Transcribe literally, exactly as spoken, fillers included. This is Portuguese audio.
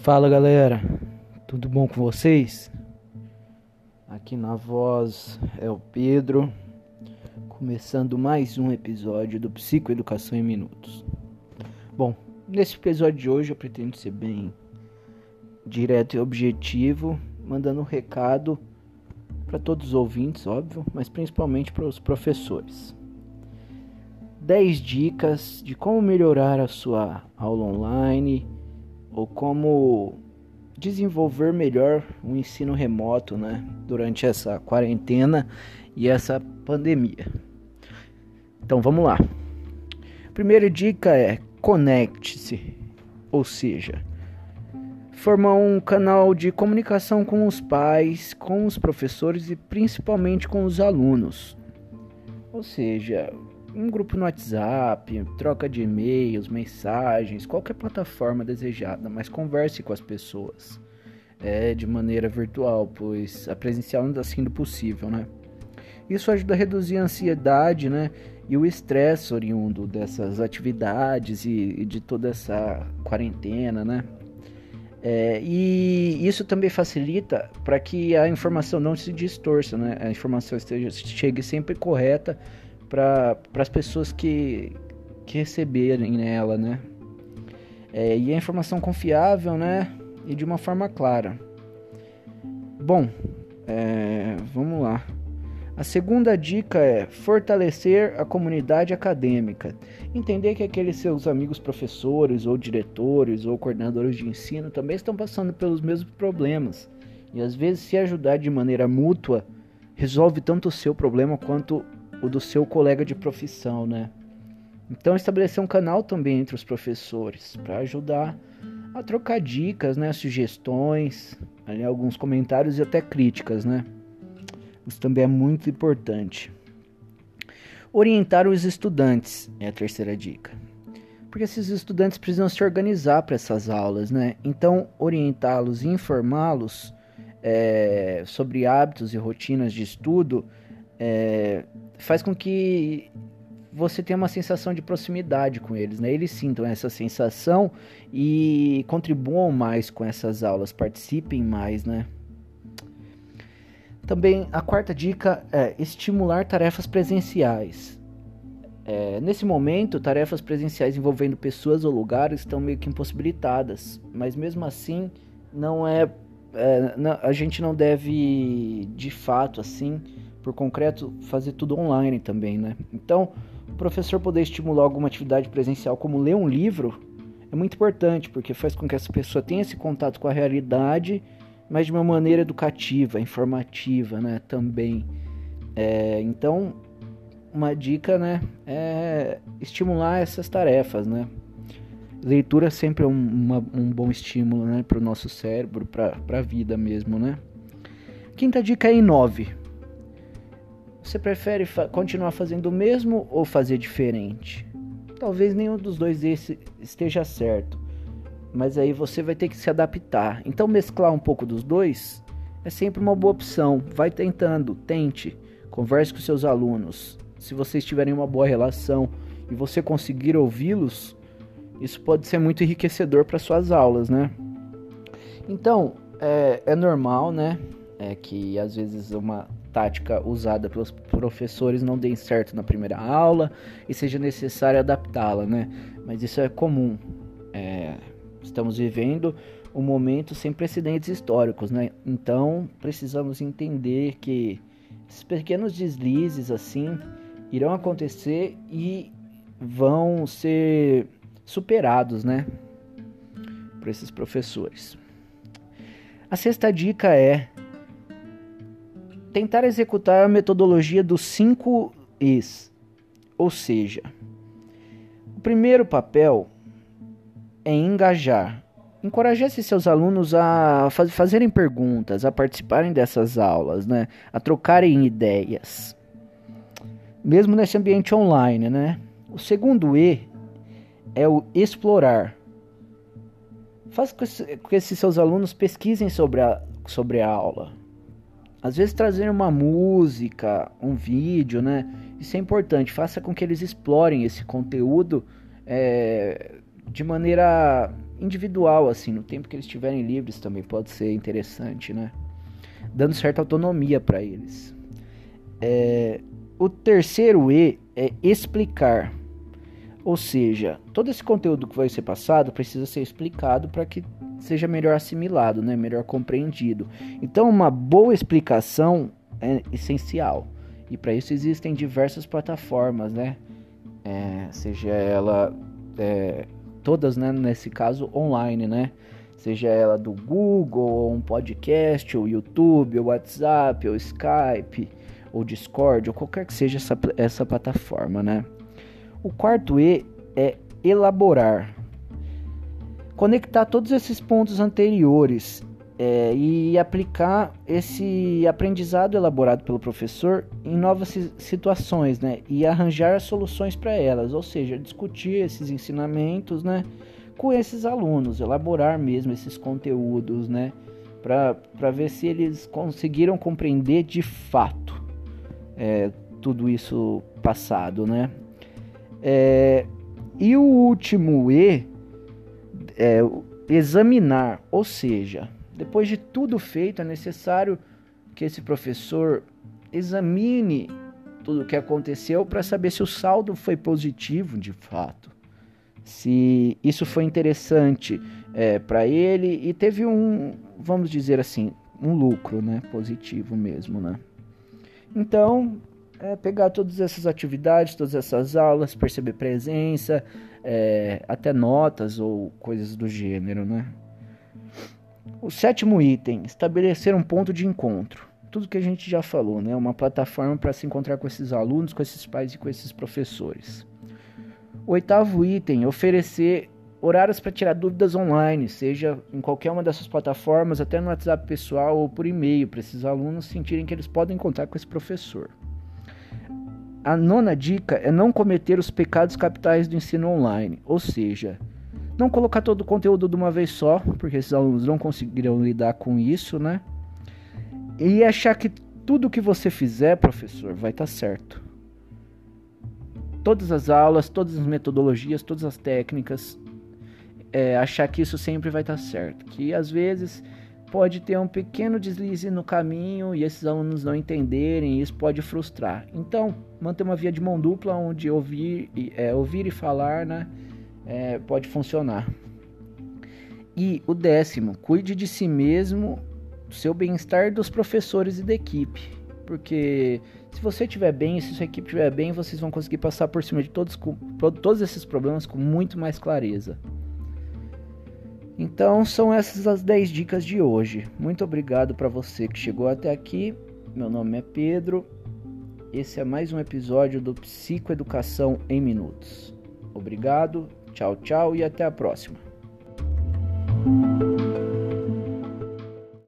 Fala galera, tudo bom com vocês? Aqui na voz é o Pedro, começando mais um episódio do Psicoeducação em Minutos. Bom, nesse episódio de hoje eu pretendo ser bem direto e objetivo, mandando um recado para todos os ouvintes, óbvio, mas principalmente para os professores. dez dicas de como melhorar a sua aula online ou como desenvolver melhor o ensino remoto, né, durante essa quarentena e essa pandemia. Então vamos lá. Primeira dica é conecte-se, ou seja, formar um canal de comunicação com os pais, com os professores e principalmente com os alunos. Ou seja, um grupo no WhatsApp, troca de e-mails, mensagens, qualquer plataforma desejada, mas converse com as pessoas é, de maneira virtual, pois a presencial não está sendo possível, né? Isso ajuda a reduzir a ansiedade, né, e o estresse oriundo dessas atividades e, e de toda essa quarentena, né? É, e isso também facilita para que a informação não se distorça, né? A informação esteja, chegue sempre correta para as pessoas que, que receberem ela, né? É, e a informação confiável, né? E de uma forma clara. Bom, é, vamos lá. A segunda dica é fortalecer a comunidade acadêmica. Entender que aqueles seus amigos professores, ou diretores, ou coordenadores de ensino também estão passando pelos mesmos problemas. E às vezes se ajudar de maneira mútua, resolve tanto o seu problema quanto o do seu colega de profissão, né? Então estabelecer um canal também entre os professores para ajudar a trocar dicas, né, sugestões, ali, alguns comentários e até críticas, né? Isso também é muito importante. Orientar os estudantes é a terceira dica, porque esses estudantes precisam se organizar para essas aulas, né? Então orientá-los e informá-los é, sobre hábitos e rotinas de estudo é, faz com que você tenha uma sensação de proximidade com eles, né? Eles sintam essa sensação e contribuam mais com essas aulas, participem mais, né? Também a quarta dica é estimular tarefas presenciais. É, nesse momento, tarefas presenciais envolvendo pessoas ou lugares estão meio que impossibilitadas, mas mesmo assim não é, é não, a gente não deve, de fato, assim, por concreto, fazer tudo online também, né? Então, o professor poder estimular alguma atividade presencial, como ler um livro, é muito importante, porque faz com que essa pessoa tenha esse contato com a realidade, mas de uma maneira educativa, informativa, né? Também. É, então, uma dica, né, é estimular essas tarefas, né? Leitura sempre é um, uma, um bom estímulo, né, para o nosso cérebro, para a vida mesmo, né? Quinta dica é inove. Você prefere fa- continuar fazendo o mesmo ou fazer diferente? Talvez nenhum dos dois esse esteja certo, mas aí você vai ter que se adaptar. Então mesclar um pouco dos dois é sempre uma boa opção. Vai tentando, tente, converse com seus alunos. Se vocês tiverem uma boa relação e você conseguir ouvi-los, isso pode ser muito enriquecedor para suas aulas, né? Então, é, é normal, né? É que às vezes uma tática usada pelos professores não dê certo na primeira aula e seja necessário adaptá-la, né? Mas isso é comum. É, estamos vivendo um momento sem precedentes históricos, né? Então precisamos entender que esses pequenos deslizes assim irão acontecer e vão ser superados, né, por esses professores. A sexta dica é tentar executar a metodologia dos cinco Is, ou seja, o primeiro papel é engajar. Encorajar esses seus alunos a faz, fazerem perguntas, a participarem dessas aulas, né, a trocarem ideias, mesmo nesse ambiente online, né? O segundo E é o explorar. Faz com que esses seus alunos pesquisem sobre a, sobre a aula. Às vezes trazer uma música, um vídeo, né? Isso é importante. Faça com que eles explorem esse conteúdo é, de maneira individual, assim, no tempo que eles estiverem livres também pode ser interessante, né? Dando certa autonomia para eles. É, o terceiro E é explicar. Ou seja, todo esse conteúdo que vai ser passado precisa ser explicado para que seja melhor assimilado, né? Melhor compreendido. Então, uma boa explicação é essencial. E para isso existem diversas plataformas, né? É, seja ela, é, todas, né? Nesse caso, online, né? Seja ela do Google, ou um podcast, ou YouTube, ou WhatsApp, ou Skype, ou Discord, ou qualquer que seja essa, essa plataforma, né? O quarto E é elaborar. Conectar todos esses pontos anteriores é, e aplicar esse aprendizado elaborado pelo professor em novas situações, né? E arranjar soluções para elas, ou seja, discutir esses ensinamentos, né? Com esses alunos, elaborar mesmo esses conteúdos, né? Para ver se eles conseguiram compreender de fato é, tudo isso passado, né? É, e o último E é examinar, ou seja, depois de tudo feito, é necessário que esse professor examine tudo o que aconteceu para saber se o saldo foi positivo de fato, se isso foi interessante é, para ele e teve um, vamos dizer assim, um lucro, né, positivo mesmo, né? Então, é pegar todas essas atividades, todas essas aulas, perceber presença, é, até notas ou coisas do gênero, né? O sétimo item, estabelecer um ponto de encontro. Tudo que a gente já falou, né? Uma plataforma para se encontrar com esses alunos, com esses pais e com esses professores. O oitavo item, oferecer horários para tirar dúvidas online, seja em qualquer uma dessas plataformas, até no WhatsApp pessoal ou por e-mail, para esses alunos sentirem que eles podem contar com esse professor. A nona dica é não cometer os pecados capitais do ensino online, ou seja, não colocar todo o conteúdo de uma vez só, porque esses alunos não conseguirão lidar com isso, né? E achar que tudo que você fizer, professor, vai estar certo. Todas as aulas, todas as metodologias, todas as técnicas, é, achar que isso sempre vai estar certo. Que às vezes pode ter um pequeno deslize no caminho e esses alunos não entenderem, e isso pode frustrar. Então, manter uma via de mão dupla onde ouvir, é, ouvir e falar, né, é, pode funcionar. E o décimo, cuide de si mesmo, do seu bem-estar, dos professores e da equipe. Porque se você estiver bem, se sua equipe estiver bem, vocês vão conseguir passar por cima de todos, todos esses problemas com muito mais clareza. Então são essas as dez dicas de hoje. Muito obrigado para você que chegou até aqui. Meu nome é Pedro. Esse é mais um episódio do Psicoeducação em Minutos. Obrigado, tchau, tchau e até a próxima.